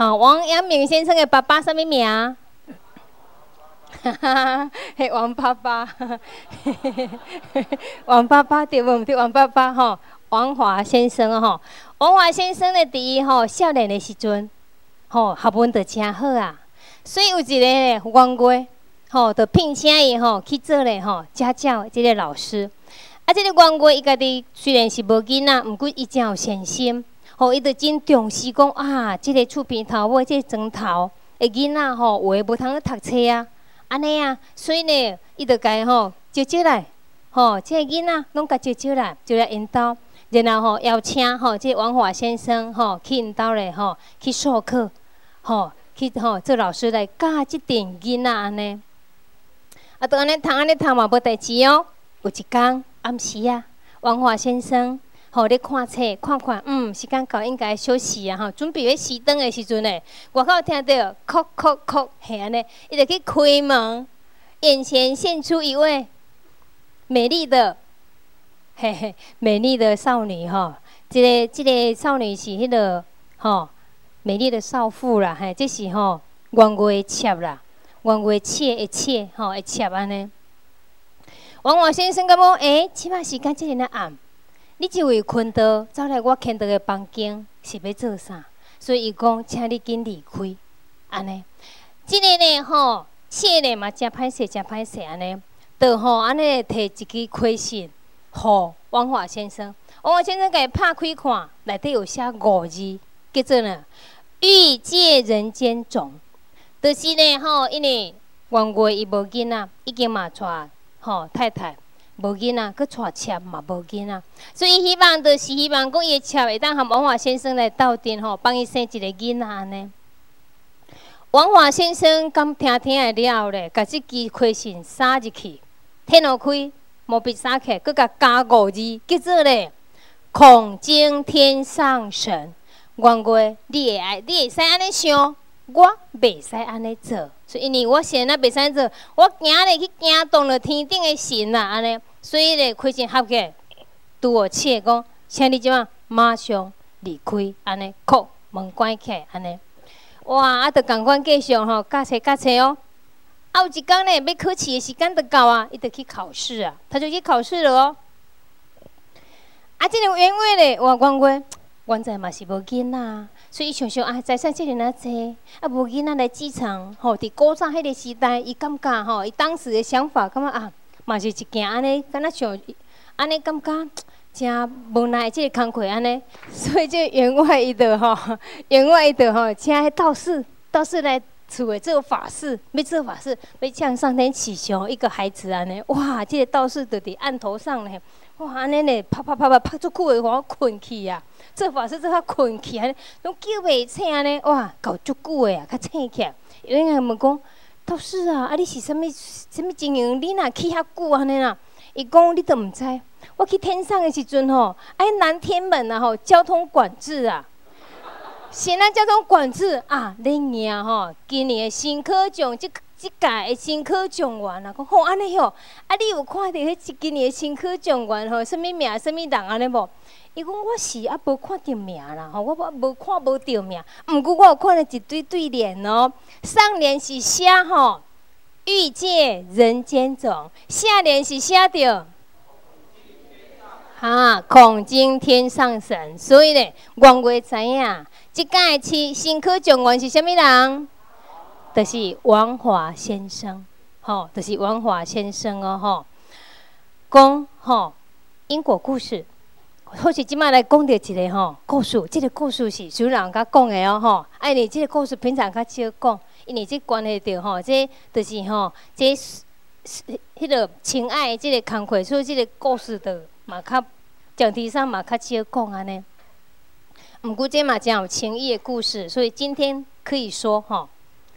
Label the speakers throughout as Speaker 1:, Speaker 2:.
Speaker 1: 好，王阳明先生的爸爸什么名？哈哈，嘿，王爸爸，王爸爸对不对？王爸爸吼，王华先生吼，王华先生的第一吼，少年的时阵，吼学问就真好啊。所以有一个咧，元月，吼，就聘请伊吼去做咧吼家教即个老师。啊，即个元月伊家己虽然是无囡仔，毋过伊真有善心，吼，伊就真重视讲啊，即个厝边头尾即个砖头的囡仔吼，有诶无通去读册啊。安尼啊，所以呢，伊就甲伊吼招来，吼，即个囡仔拢甲招来因兜，然后吼邀请吼即个王华先生吼去因兜咧吼去授课，吼去吼做老师来教即点囡仔安尼。啊，都安尼读嘛无代志哦。有一天暗时啊，王华先生吼咧看册看，时间到应该休息啊吼，准备要熄灯的时阵呢，外口听到叩，嘿安尼，伊就去开门，眼前现出一位美丽的，美丽的少女吼，这个少女是迄个吼美丽的少妇啦，这是吼元月妾啦，元月妾吼会妾安尼。王华先生感觉即摆时间这么暗。你即位困倒走来我看到的房间是要做啥？所以伊讲，请你紧离开，安尼。即个呢吼，册呢嘛真歹势安尼，就吼安尼摕一支开信，互王华先生。王华先生甲伊拍开看，内底有写5字，叫做呢“欲借人间种”。就是呢吼，因为元月伊无囡仔，已经嘛娶吼太太。无囡仔，佮娶妾嘛无囡仔，所以希望就是希望讲伊的妾会当和王华先生来斗阵吼，帮伊生一个囡仔安尼。王华先生刚听的了后咧，甲即支开信撒入去，天落开，毛笔撒起，佮甲加5字，叫做咧“恐惊天上神”。元月你会使安尼想，我袂使安尼做。所以因为我现在袂使做，我行咧去惊动了天顶的神啦，安尼，所以咧开信合起来，拄我切讲，请你即马马上离开，安尼，叩门关起来，安尼，哇，啊，着共款继续吼，教册哦。啊，有一天咧要考试的时间着到啊，伊着去考试啊，他就去考试了哦。啊，即个元月咧，哇，元月，原在嘛是无囡仔。所以伊想啊，财产这么济，啊无囡仔来继承，吼，伫古早迄个时代，伊感觉吼，伊当时的想法感觉啊，嘛是一件安尼，敢若像安尼感觉真无奈即个工课安尼。所以这员外伊就吼，请迄道士来厝诶做法事，要做法事，要向上天祈求一个孩子安尼。哇，这个道士就伫案头上咧，哇，安尼咧拍足久诶，我困去啊！做法事做较困去安尼，拢叫袂醒安尼，哇，搞足久诶啊，较醒起来。有人问讲，道士啊，你是啥物情形？你若去遐久安尼啦？伊讲你都毋知，我去天上诶时阵吼，南天门啊吼，交通管制啊。现在交通管制啊，恁娘吼，今年的新科奖即届的新科状元啊，讲吼安尼吼，啊你有看到迄今年的新科状元吼，什物名什物人安尼无？伊讲我是无看到名啦，吼，我无看无到名，毋过我有看到一对对联哦。上联是写吼“欲借人间种”，下联是写着恐惊天上神。所以咧，元月知影，即届的新科状元是啥物人？就是王华先生，吼，就是王华先生哦，吼，讲吼因果故事。或是即摆来讲到一个吼故事，即个故事是有人甲讲的哦吼。因为即个故事平常较少讲，因为这关系到吼，这就是吼，这迄个情爱的即个工课，所以即个故事的嘛较讲题上嘛较少讲安尼。毋过这嘛真有情义的故事，所以今天可以说吼，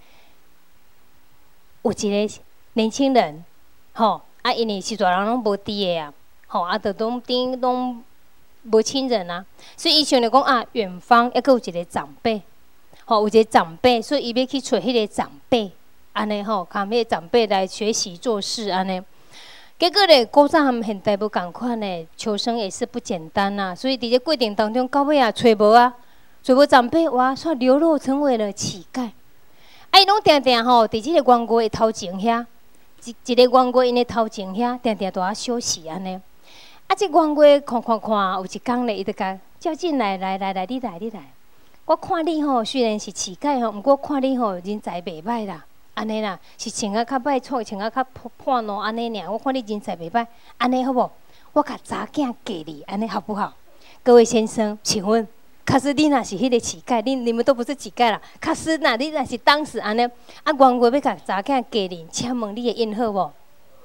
Speaker 1: 有一个年轻人吼，因为是大人拢无伫的啊，吼，就拢无亲人啊，所以伊想着讲啊，远方还佫有一个长辈，吼，有一个长辈，所以伊要去找迄个长辈，安尼吼，靠迄个长辈来学习做事安尼。结果咧，古早和现代无共款咧，求生也是不简单呐、所以伫这过程当中，到尾也找无啊， 所以无长辈哇，煞流落成为了乞丐。伊拢定定吼，伫即个冤家的头前遐，一个冤家因的头前遐，定定伫遐休息安尼。即冤家看，有一工咧，伊就甲叫进来，来，你来。我看你吼，虽然是乞丐吼，毋过看你吼人才袂歹啦，安尼啦，是穿啊较歹穿，穿啊较破烂安尼尔。我看你人才袂歹，安尼好无？我甲查囝嫁你，安尼好不好？各位先生，请问，卡斯你若是迄个乞丐，你们都不是乞丐啦。卡斯呐，你若是当时安尼，冤家要甲查囝嫁你，请问你会应好无？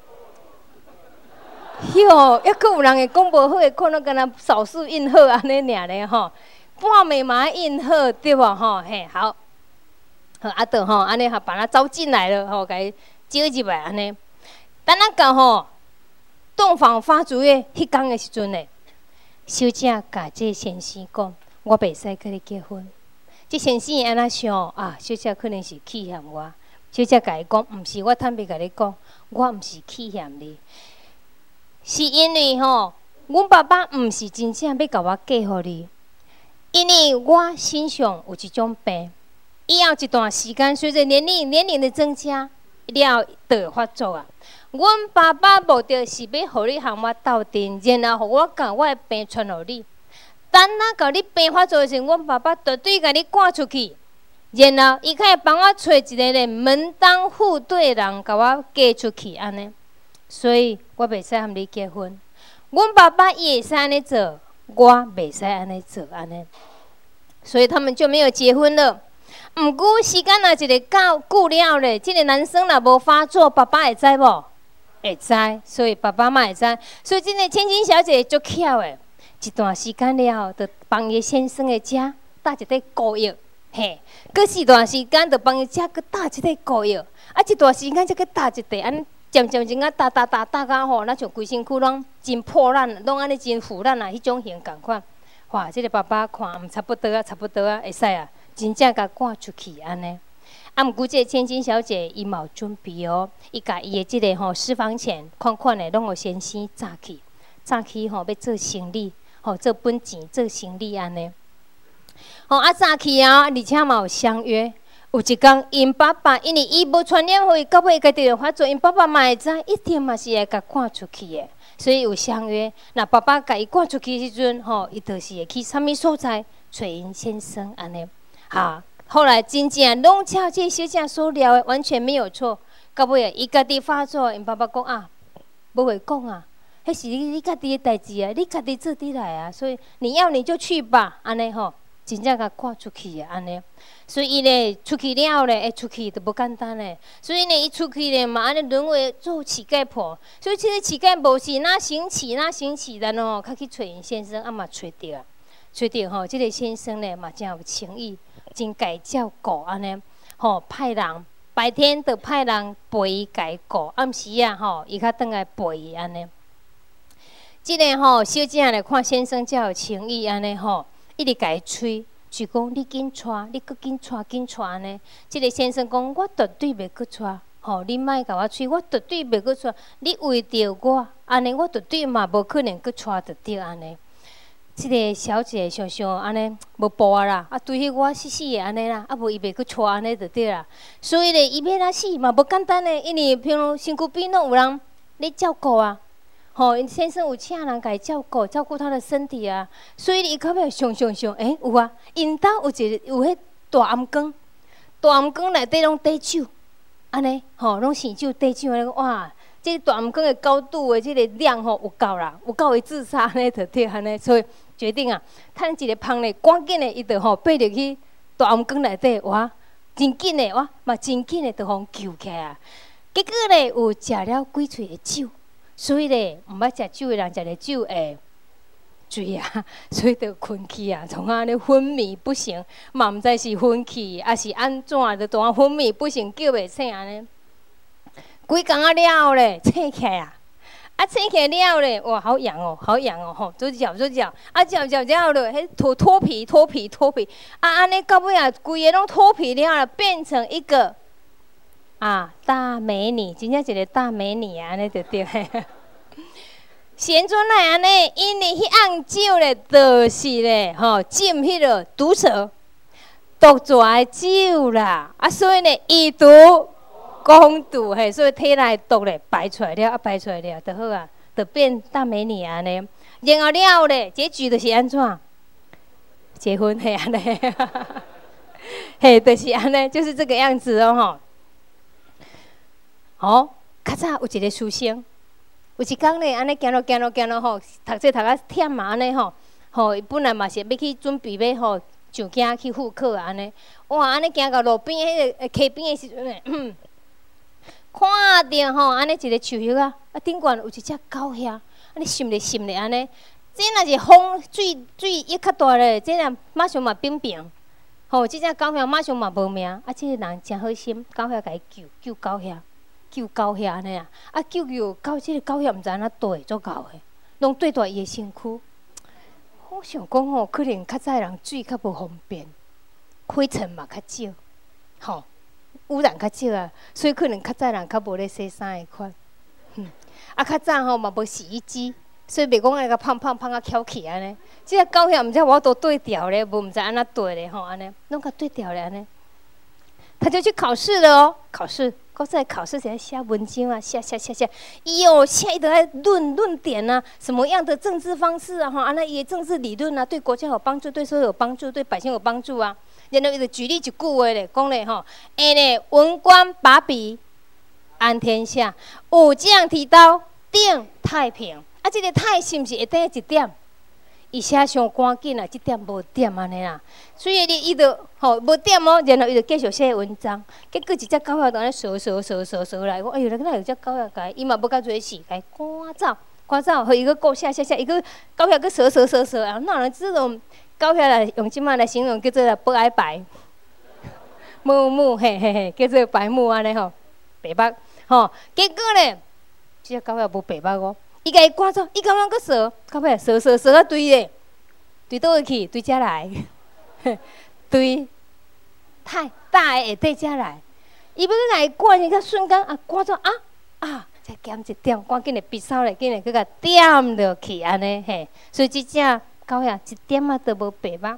Speaker 1: 哟，抑阁有人会讲无好诶，可能敢若少数应好安尼尔咧吼。半暝嘛应好对无吼？嘿，好，好啊，倒吼，安尼哈把他招进来了吼，甲伊招入来安尼。等咱到吼洞房花烛夜迄天的时阵咧，小姐甲这先生讲：我袂使跟你结婚。这先生安那想啊，小姐可能是欺骗我。小姐甲伊讲：毋是，我坦白甲你讲，我毋是欺骗你，是因为吼，阮爸爸毋是真正要甲我嫁互你。因为我身上有一种病，以后一段时间随着年龄的增加，了就会发作啊。阮爸爸目的是要互你和我斗阵，然后互我将我的病传互你。等咱到你病发作的时候，阮爸爸绝对甲你赶出去，然后伊可以帮我找一个咧门当户对的人，甲我嫁出去安尼。所以我袂使和你结婚。阮爸爸伊会使安尼做。我袂使安尼做安尼，所以他们就没有结婚了。毋过时间若一个久了咧，即个男生若无发作，爸爸会知无？会知，所以爸爸嘛会知。所以即个千金小姐足巧诶，一段时间了，就帮伊先生诶遮搭一块膏药，嘿，过一段时间就帮伊遮搁搭一块膏药，一段时间再搁搭一块安尼。渐渐啊，搭到吼，咱像规身躯拢真破烂，拢安尼真腐烂啊，迄种型共款。哇，即个爸爸看差不多啊，会使啊，真正甲赶出去安尼。毋过即个千金小姐伊嘛有准备哦，伊甲伊的即个吼私房钱款款的，拢有先生早起吼要做生意，吼做本钱做生意安尼。吼早起啊，而且嘛有相约。有一天，因爸爸因为伊无传染互伊，到尾家己就发作，因爸爸嘛会知，一定嘛是会甲赶出去的。所以有相约，那爸爸甲伊赶出去的时阵，吼，伊就是会去啥物所在找因先生安尼。后来真正拢照这小姐所料的，完全没有错。到尾伊家己发作，因爸爸讲啊，无话讲啊，迄是你家己的代志啊，你家己做得来啊，所以你要你就去吧，安尼吼。真正甲赶出去啊，安尼，所以伊咧出去了咧，出去都无简单咧。所以呢，伊出去咧嘛，安尼沦为做乞丐婆。所以即个乞丐无是哪行乞，然后较去找因先生，嘛找着啊，找着吼，即个先生咧嘛真有诚意，真家照顾安尼，吼派人白天就派人陪伊家顾，暗时啊吼，伊较转来陪伊安尼。即个吼小姐咧看先生遮有诚意安尼吼。一直甲伊催，就讲你紧娶，你搁紧娶呢。即个先生讲，我绝对袂搁娶，吼，你莫甲我催，我绝对袂搁娶。你为着我，安尼我绝对嘛无可能搁娶得着安尼。即个小姐想想安尼无步啊啦，对迄我死的安尼啦，无伊袂搁娶安尼就对啦。所以咧，伊要哪死嘛无简单诶，因为譬如身躯边拢有人咧照顾啊。吼，因先生有请人家照顾他的身体啊，所以伊到尾想，有啊，因兜有迄大暗缸内底拢底酒，安尼吼，拢生酒底酒安尼，哇，这大暗缸的高度的这个量吼有够啦，有够伊自杀安尼就对安尼，所以决定啊，趁一个芳咧，赶紧的伊就吼爬入去大暗缸内底，哇，真紧的哇，嘛真紧的就互救起来啊。结果咧有食了几喙的酒。所以咧，毋捌食酒的人食了酒会醉啊，所以就困去啊，从安尼昏迷不醒，嘛毋知是昏去，还是安怎，就当昏迷不醒，叫袂醒安尼。规工啊了后咧，醒起来啊，醒起来了咧，哇，好痒哦，吼，做嚼，嚼了咧，迄脱皮，安尼到尾啊，规个拢脱皮了，变成一个。大美女，真正一个大美女啊，安尼就对。 先阵来安尼，因为迄暗酒咧，就是咧浸迄个毒蛇、毒蛇酒啦。啊，所以呢，以毒攻毒嘿，所以体内毒咧排出来了，排出来了就好啊，就变大美女安尼。然后了咧，结局就是安怎？结婚嘿安尼，嘿，就是安尼，就是这个样子哦吼。较早有一个书生。有一天咧，安尼行路吼，读册读啊忝嘛安尼吼，伊本来嘛是要去准备要上京去赴考安尼，哇，安尼行到路边迄个溪边的时阵咧，看到安尼一个树叶啊，顶悬有一只狗遐，安尼跇咧安尼，这若是风水一较大咧，这若马上嘛冰冰，这只狗遐马上嘛无命，这个人真好心，狗遐甲伊救狗遐。救狗遐安尼啊，救狗，即个狗遐毋知安怎对足够诶，拢对住伊诶身躯。我想讲可能较早人水较无方便，灰尘嘛较少，污染较少啊，所以可能较早人较无咧洗衫诶款。较早嘛无洗衣机，所以袂讲那个胖啊翘起安尼。即个狗遐毋知我都对调咧，无毋知安怎对咧安尼，拢甲对调咧安尼。他就去考试了哦，考试前写文章啊，写，哟，写一堆论点啊，什么样的政治方式啊，安那伊的政治理论啊，对国家有帮助，对社会有帮助，对百姓有帮助啊。然后伊就举例一句话咧，讲咧文官把笔安天下，武将提刀定太平。这个太是毋是会第一点？伊写上赶紧啊，这点无点安尼啦，所以伊就无点哦，然后伊就继续写文章。结果一只狗仔就安尼扫来，我哎呦，哪有只狗仔甲伊嘛无甲做事，甲伊赶走，互伊个顾写，伊个狗仔个扫，啊，哪能这种狗仔来用即马来形容叫做不爱白，木嘿，叫做白木安尼白目结果咧，这只狗仔无白目哦。伊甲伊赶走，伊敢若搁扫，到尾扫啊对咧，对倒去，对遮来，对太大诶下底遮来，伊要甲伊赶，伊较瞬间赶走再减一点，赶紧诶笔扫咧，紧诶去甲点落去安尼嘿，所以即只狗仔一点仔都无白目，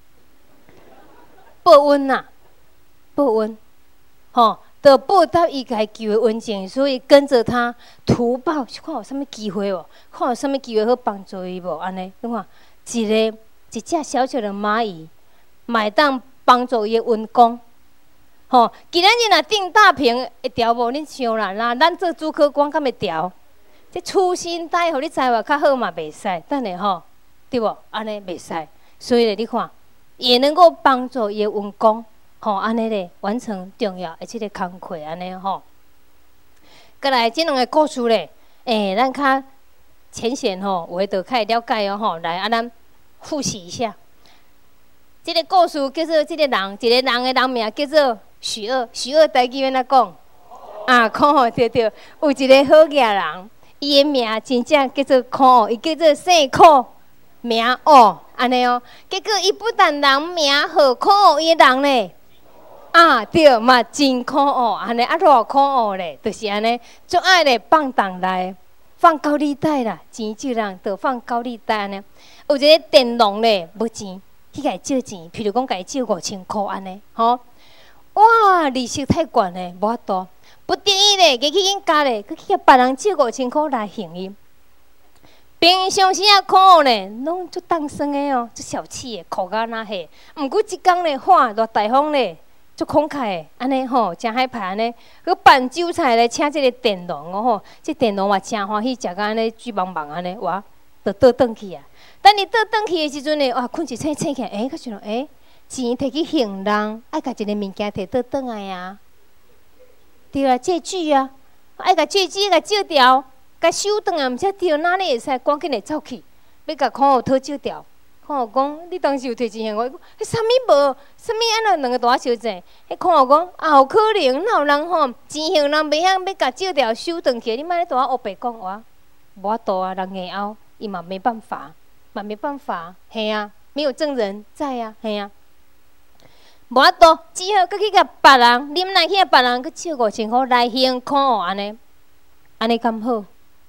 Speaker 1: 报恩呐，报恩，就报答伊家求的恩情，所以跟着他图报，看有啥物机会无？看有啥物机会好帮助伊无？安尼，你看一只小小的蚂蚁，会当帮助伊的员工。今仔日若定大平会调无？恁想啦，咱做主考官敢会调？这粗心大意，互你知话较好嘛，袂使，等下对无？安尼袂使，所以咧，你看也能够帮助伊的员工。安尼咧完成重要的即个工课安尼再来即两个故事咧，咱较浅显有诶就较会了解哦来咱复习一下。即个故事叫做即个人，一个人诶人名叫做许二。许二台语安怎讲？可对，有一个好野人，伊诶名真正叫做可，伊叫做姓可名恶安尼哦。结果伊不但人名好可，伊诶人咧。对嘛，真可恶，安尼偌可恶咧，就是安尼，最爱咧放荡来，放高利贷啦，钱少人就放高利贷安尼。有一个佃农咧，无钱，去甲伊借钱，譬如讲甲伊借5000块安尼，哇，利息太悬咧，无法度，不得已咧，佮去因家咧，佮去甲别人借5000块来还伊。平常时可恶咧，拢足当生诶哦，足小气诶，苦甲那下。毋过即工咧，哇，偌大方咧。足慷慨诶，安尼真害怕安尼，佮办酒菜来请即个佃农即佃农嘛真欢喜，食甲安尼水茫茫安尼，哇，就倒转去啊。等伊倒转去诶时阵呢，哇，困一醒起来，佮想钱摕去还人，爱甲一个物件摕倒转来啊。对啊，借据啊，爱甲借据甲借条，甲收转来，毋则对哪里会使赶紧来走去，要甲可恶讨借条。看我讲，你当时有摕钱互我？迄啥物无？啥物安那两个大小钱？迄看我讲，有可能哪有人钱还人袂晓要甲借条收转去？你莫咧大黑白讲我，无法度啊！人硬拗，伊嘛没办法，嘿啊，没有证人在啊，嘿啊，无法度，只好佮去甲别人，啉来去甲别人，佮借5000块来还可恶安尼敢好？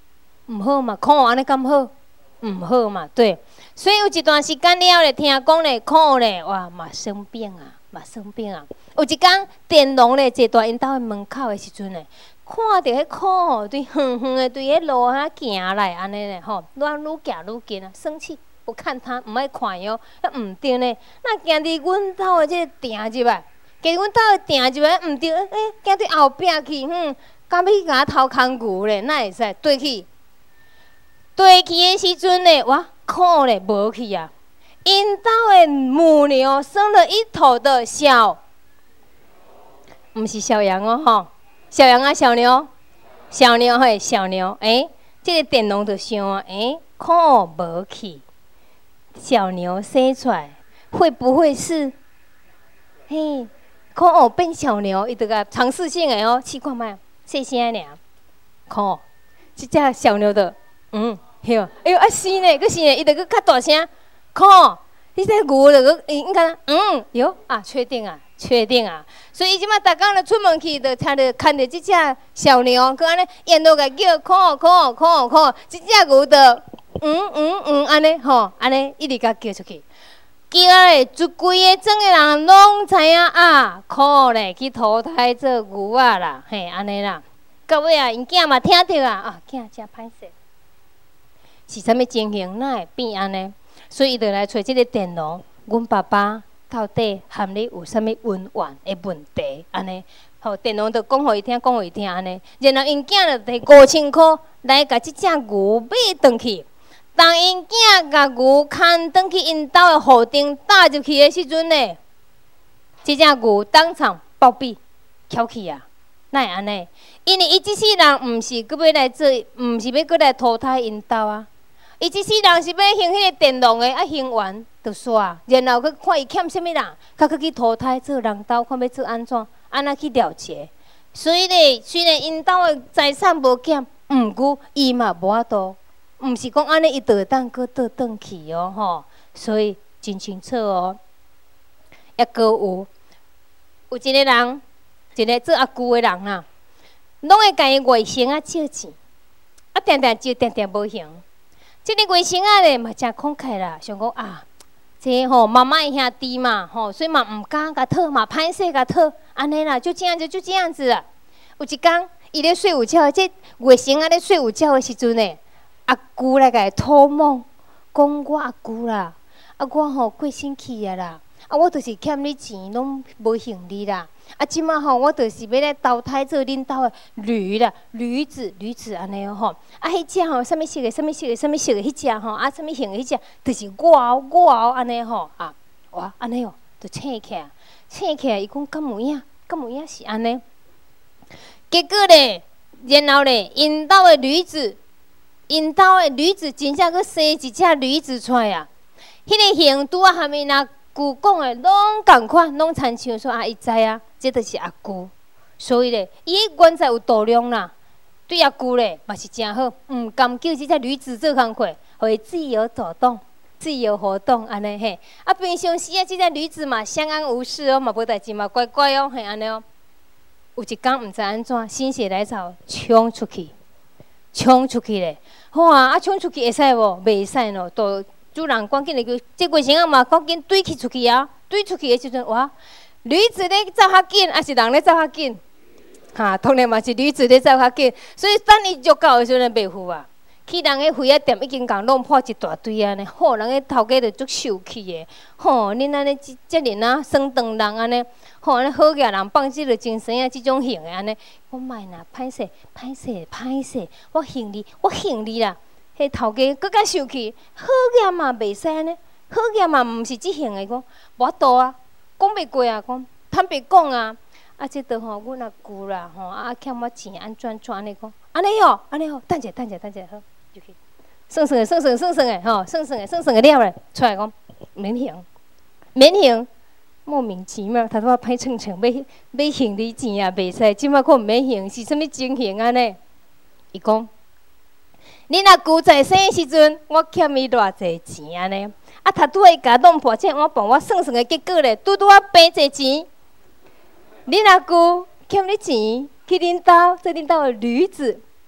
Speaker 1: 毋好嘛，苦安尼敢好？毋好嘛，对。所以有一段时间了咧，听讲咧苦咧，哇，嘛生病啊，嘛生病啊。有一天，电农咧坐在因兜诶门口诶时阵咧，看到迄苦吼，对远远诶，对迄路遐行来安尼咧吼，愈行愈近啊，生气。我看他毋爱看哟，毋对呢，那行伫阮兜诶即个埕入来，行阮兜诶埕入来，毋对，行伫后壁去，敢要去甲偷空牛咧，哪会使对去？对去诶时阵咧，哇，苦咧无去啊！因兜诶母牛生了一头的小，毋是小羊哦吼，小羊啊小牛，小牛嘿小牛，即个电农就想啊，苦无去。小牛生出来会不会是？嘿，可变小牛，伊就个尝试性的哦，试看卖，细声尔，可，即只小牛的，嘿，哎呦啊是呢，佫是呢，伊就佫较大声，可，你这牛就佫应该，哟啊，确定啊，确定啊，所以伊即摆逐工就出门去，就听着看着即只小牛，佮安尼沿路个叫，可，即只牛就。安尼吼，安尼一直甲叫出去，叫咧，一规个庄个人拢知影啊，苦咧去投胎做牛仔啦，嘿，安尼啦。到尾啊，因囝嘛听着啊，囝真歹势，是啥物情形？哪会变安尼？所以伊就来找即个电农，阮爸爸到底含你有啥物温怨的问题？安尼，吼，电农就讲互伊听，讲互伊听安尼，然后因囝就摕5000箍来甲即只牛买转去。当因囝甲牛牵转去因兜的户顶搭入去的时阵呢，即只牛当场暴毙，翘去啊！哪会安尼？因为伊即世人毋是佫要来做，毋是要佫来投胎因兜啊！伊即世人是要行迄个电农的，啊行完就煞，然后佫看伊欠啥物人，较佫去投胎做人兜，看要做安怎，安那去了结。所以咧，虽然因兜的财产无减，毋过伊嘛无法度。毋是讲安尼，伊就会当搁倒转去哦，吼，所以真清楚哦。抑搁有一个人，一个做阿舅的人啊，拢会甲伊外甥啊借钱，啊，定定借，定定无还。即个外甥啊咧嘛真慷慨啦，想讲啊，这吼妈妈的兄弟嘛，吼，所以嘛毋敢甲讨嘛，歹势甲讨，安尼啦，就这样子啊。有一天，伊咧睡午觉，即外甥啊咧睡午觉的时阵呢。阿舅来甲伊托梦，讲我阿舅啦，我吼过身去啊啦，我就是欠你钱，拢无还你啦。即马吼，我就是要来投胎做恁兜的驴啦，驴子安尼吼。迄只吼，啥物色的，迄只吼，啥物型的迄只，就是我安尼吼哇，安尼哦，就醒起来，伊讲敢有影是安尼。结果咧，然后咧，因兜的驴子真正佫生一只驴子出来啊！迄个形拄啊，含伊若舅讲的拢共款，拢亲像说伊知啊，这就是阿舅。所以咧，伊原在有度量啦，对阿舅咧嘛是真好，毋甘叫即只驴子做工课，互伊自由走动、自由活动安尼嘿。平常时即只驴子嘛相安无事哦，嘛无代志嘛，乖乖哦，嘿安尼哦。有一天毋知安怎，心血来潮冲出去咧，哇！冲出去会使无？袂使咯，都主人赶紧来叫，这外甥仔嘛赶紧追去出去啊！追出去的时阵，哇！驴子咧走较紧，还是人咧走较紧？当然嘛是驴子咧走较紧，所以等伊足够的时阵袂赴啊。去人个花仔店已经共弄破一大堆啊！呢，人个头家就足受气的。恁安尼遮尔啊，酸肠人安尼，安尼好个人放即个精神啊，即种型的安尼，我卖啦，歹势，我行你啦。迄头家更较受气，好个嘛袂使安尼，好个嘛毋是即型的，讲无度啊，讲袂过啊，讲坦白讲啊，即都阮阿舅啦，欠我钱，安怎安尼讲，安尼哦，等者好。算的，算的了咧，出来讲免还，莫名其妙，他说歹蹭蹭，要还你钱啊，袂使，即摆可毋免还，是啥物情形安尼？伊讲，恁阿舅在生的时阵，我欠伊偌济钱安尼，他拄仔甲弄破，这我帮我算的结果咧，拄啊赔济钱，恁阿舅欠你钱，去恁兜做恁兜的驴子。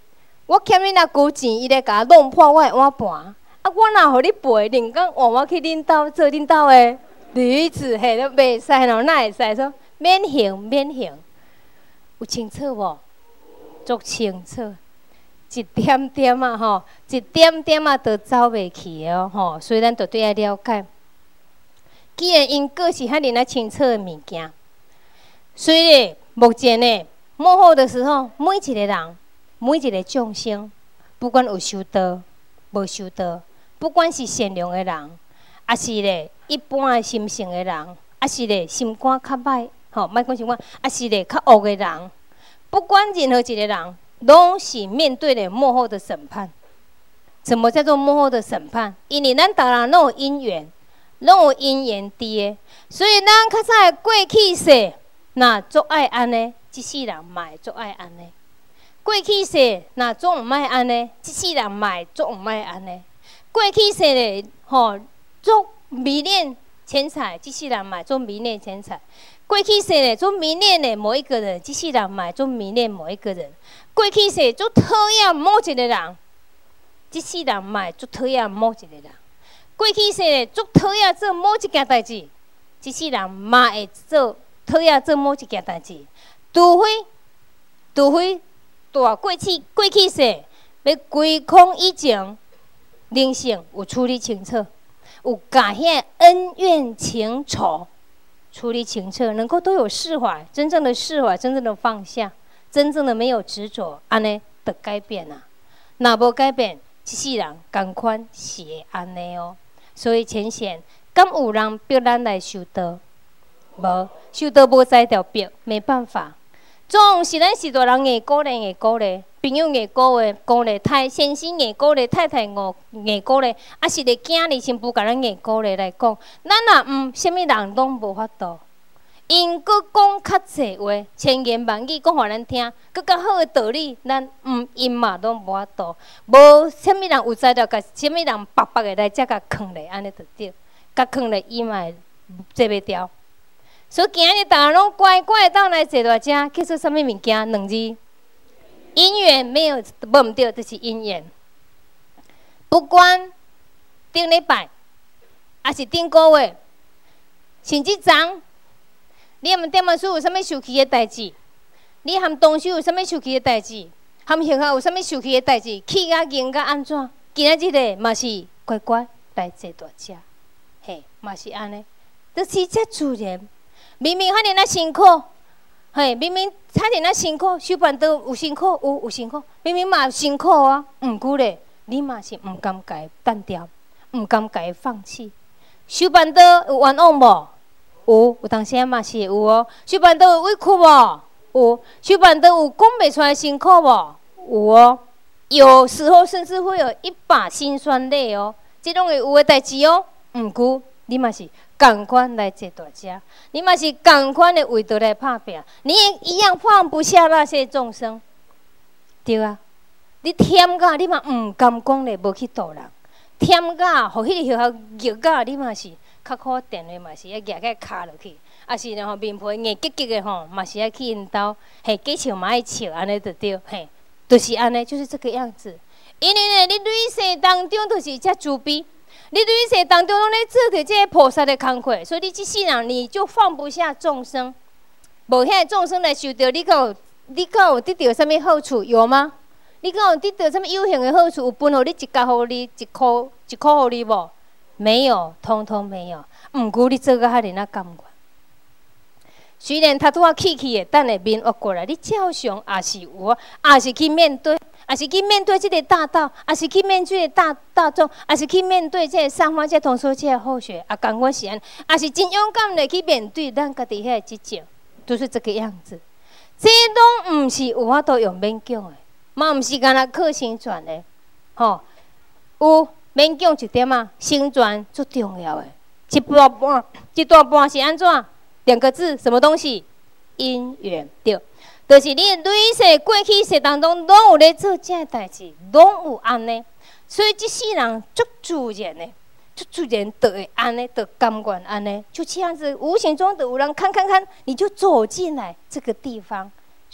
Speaker 1: 我欠你若古钱，伊来甲我弄破我的碗盘。啊，我若互你赔，另讲换我去恁兜做恁兜的女子，嘿，都袂使咯，哪会使说免刑免刑？有清楚无？足清楚，一点点啊吼，一点点啊都走袂去的哦吼，所以咱绝对要了解。既然因果是遐尼啊清楚的物件，所以目前呢，幕后的时候，每一个人，每一个众生，不管有修道无修道，不管是善良的人，还是咧一般的心性的人，还是咧心肝较歹，吼，莫讲心肝，还是咧较恶的人，不管任何一个人，拢是面对咧幕后的审判。什么叫做幕后的审判？因为咱逐人拢有因缘。拢有因缘伫的，所以咱较早过去世，若做爱安尼，即世人嘛会做爱安尼；过去世若做毋爱安尼，即世人嘛会做毋爱安尼；过去世咧，吼做迷恋钱财，即世人嘛做迷恋钱财；过去世咧做迷恋的某一个人，即世人嘛做迷恋某一个人；过去世做讨厌某一个人，即世人嘛做讨厌某一个人。过去世咧，足讨厌做某一件代志，即世人嘛会做讨厌做某一件代志。除非大过去世要归空以前，灵性有处理清楚，有甲遐恩怨情仇处理清楚，能够都有释怀，真正的释怀，真正的放下，真正的没有执着，安尼得改变啊！若无改变，即世人同款是会安尼哦。所以浅显，敢有人逼咱来修道？无，修道无在条逼，没办法。总是咱是大人硬鼓励，朋友硬鼓励，先生硬鼓励，太太硬鼓励，啊是咧囝儿新妇甲咱硬鼓励来讲，咱若啥物人拢无法度。因搁讲较济话，千言万语讲互咱听，搁较好的道理，咱因嘛拢无法度。无啥物人有才调，甲啥物人白白的来遮甲囥咧，安尼就对。甲囥咧，伊嘛坐袂牢。所以今日大家拢乖乖当来坐在遮，去做啥物物件？两字，因缘没有无毋对，就是因缘。不管顶礼拜，还是顶个月，甚至昨。你含点仔书有啥物受气的代志？你含同事有啥物受气的代志？含学校有啥物受气的代志？气甲硬甲安怎？今仔日个嘛是乖乖来坐大遮，嘿，嘛是安尼，就是遮自然。明明遐尼啊辛苦，嘿，明明遐尼啊辛苦，修办都有辛苦，有辛苦，明明嘛辛苦啊，毋过咧，你嘛是毋甘家单调，毋甘家放弃。修办都有冤枉无？有当时嘛是有哦。修办都有委屈无？有。修办都有讲袂出来辛苦无？有哦。有时候甚至会有一把辛酸泪哦，这种会有诶代志哦。毋过你嘛是共款来坐大遮，你嘛是共款的为着来拍拼，你也一样放不下那些众生，对啊。你忝甲你嘛毋甘讲咧，无去度人；忝甲，互迄个学校虐甲，你嘛是。较可怜的嘛是要举个骹落去，啊是然后面皮硬激激的吼，嘛是要去因兜，嘿，计笑嘛爱笑，安尼就对，嘿，就是安尼，就是这个样子。因为呢，你累世当中都是遮慈悲，你累世当中拢咧做着这个菩萨的工课，所以你即世人你就放不下众生，无遐众生来受着，你敢有得到啥物好处？有吗？你敢有得到啥物有形的好处？有分互你一角互你，一箍互你无？没有，通通没有。毋过你做个遐尼啊甘愿，虽然他拄啊气的，等下面恶过来，你照常也是有，也是去面对，也是去面对这个大道，也是去面对大众，也是去面对这个上方这同事这个后学，啊，甘愿是安，也是真勇敢的去面对咱家己遐职责，都是这个样子。这拢毋是有法度用勉强的，嘛毋是干那靠生存的，吼，有。勉强一点啊，生存最重要的，一大半是安怎？2个字，什么东西？因缘对，就是你累世过去世当中，拢有咧做这代志，拢有安尼，所以这世人足自然的，足自然就会安尼，就甘愿安尼，就这样子，无形中的有人看，你就走进来这个地方，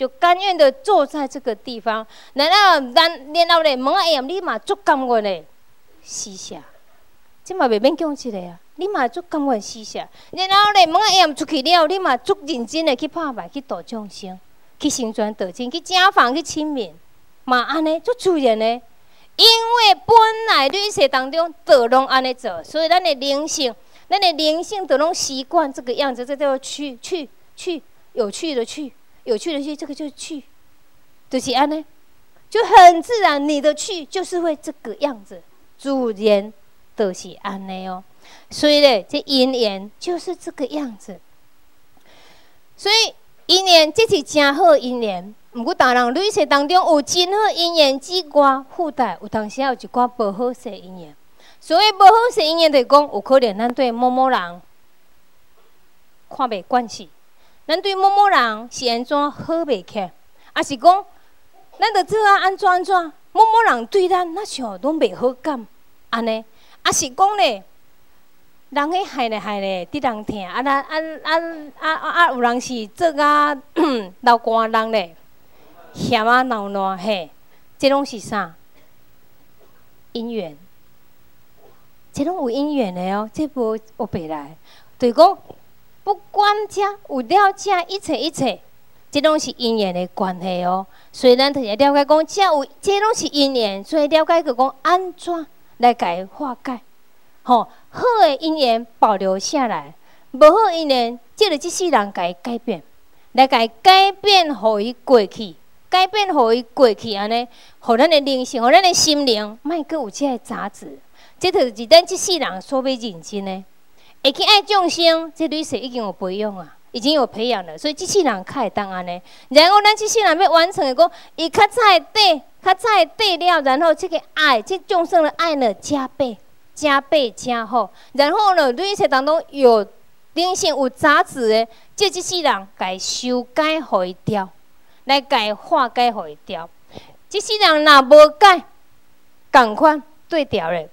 Speaker 1: 就甘愿的坐在这个地方。然后咧，门仔沿你嘛足甘愿的死下，这嘛袂免讲一个啊，你嘛足甘愿死下。然后咧，门仔沿出去了，你嘛足认真的去拍卖，去度众生，去成全道真，去正法，去亲民，嘛安尼足自然的。因为本来律世当中都拢安尼做，所以咱的灵性都拢习惯这个样子，这叫去，有趣的去，这个就是去，就是安尼，就很自然。你的去就是会这个样子，自然就是安尼哦。所以咧，这因缘就是这个样子。所以因缘这是真好因缘。毋过，当然，律世当中有真好因缘之外，附带有当时也有一寡无好势因缘。所谓无好势因缘，就是讲有可能咱对某某人看袂惯势，咱对某某人是安怎好袂起，还是讲咱着做安怎，某某人对咱那像拢袂好感，安尼，还是讲咧，人迄害咧，得人疼，有人是做流汗人咧。嫌啊闹闹嘿，这拢是啥？因缘，这拢有因缘的哦，这无学白来。就是讲，不管这有了这一切，这拢是因缘的关系哦。所以咱就要了解讲，这拢是因缘，所以了解个讲安怎来甲化解。好的因缘保留下来，无好因缘，借着这世人甲改变，来甲改变，互伊过去。改变，互伊过去安尼，互咱的灵性，互咱的心灵，莫阁有这个杂质。这就是咱这世人所要认真的，会去爱众生。这律师已经有培养啊，已经有培养了，所以这世人较会当安尼。然后咱这世人要完成的讲，伊较早会对了，然后这个爱，这众生的爱呢，加倍加好。然后呢，律师当中有灵性有杂质的，这世人该修改，互伊掉。来改化解，互伊调。即世人若无改，共款对调咧，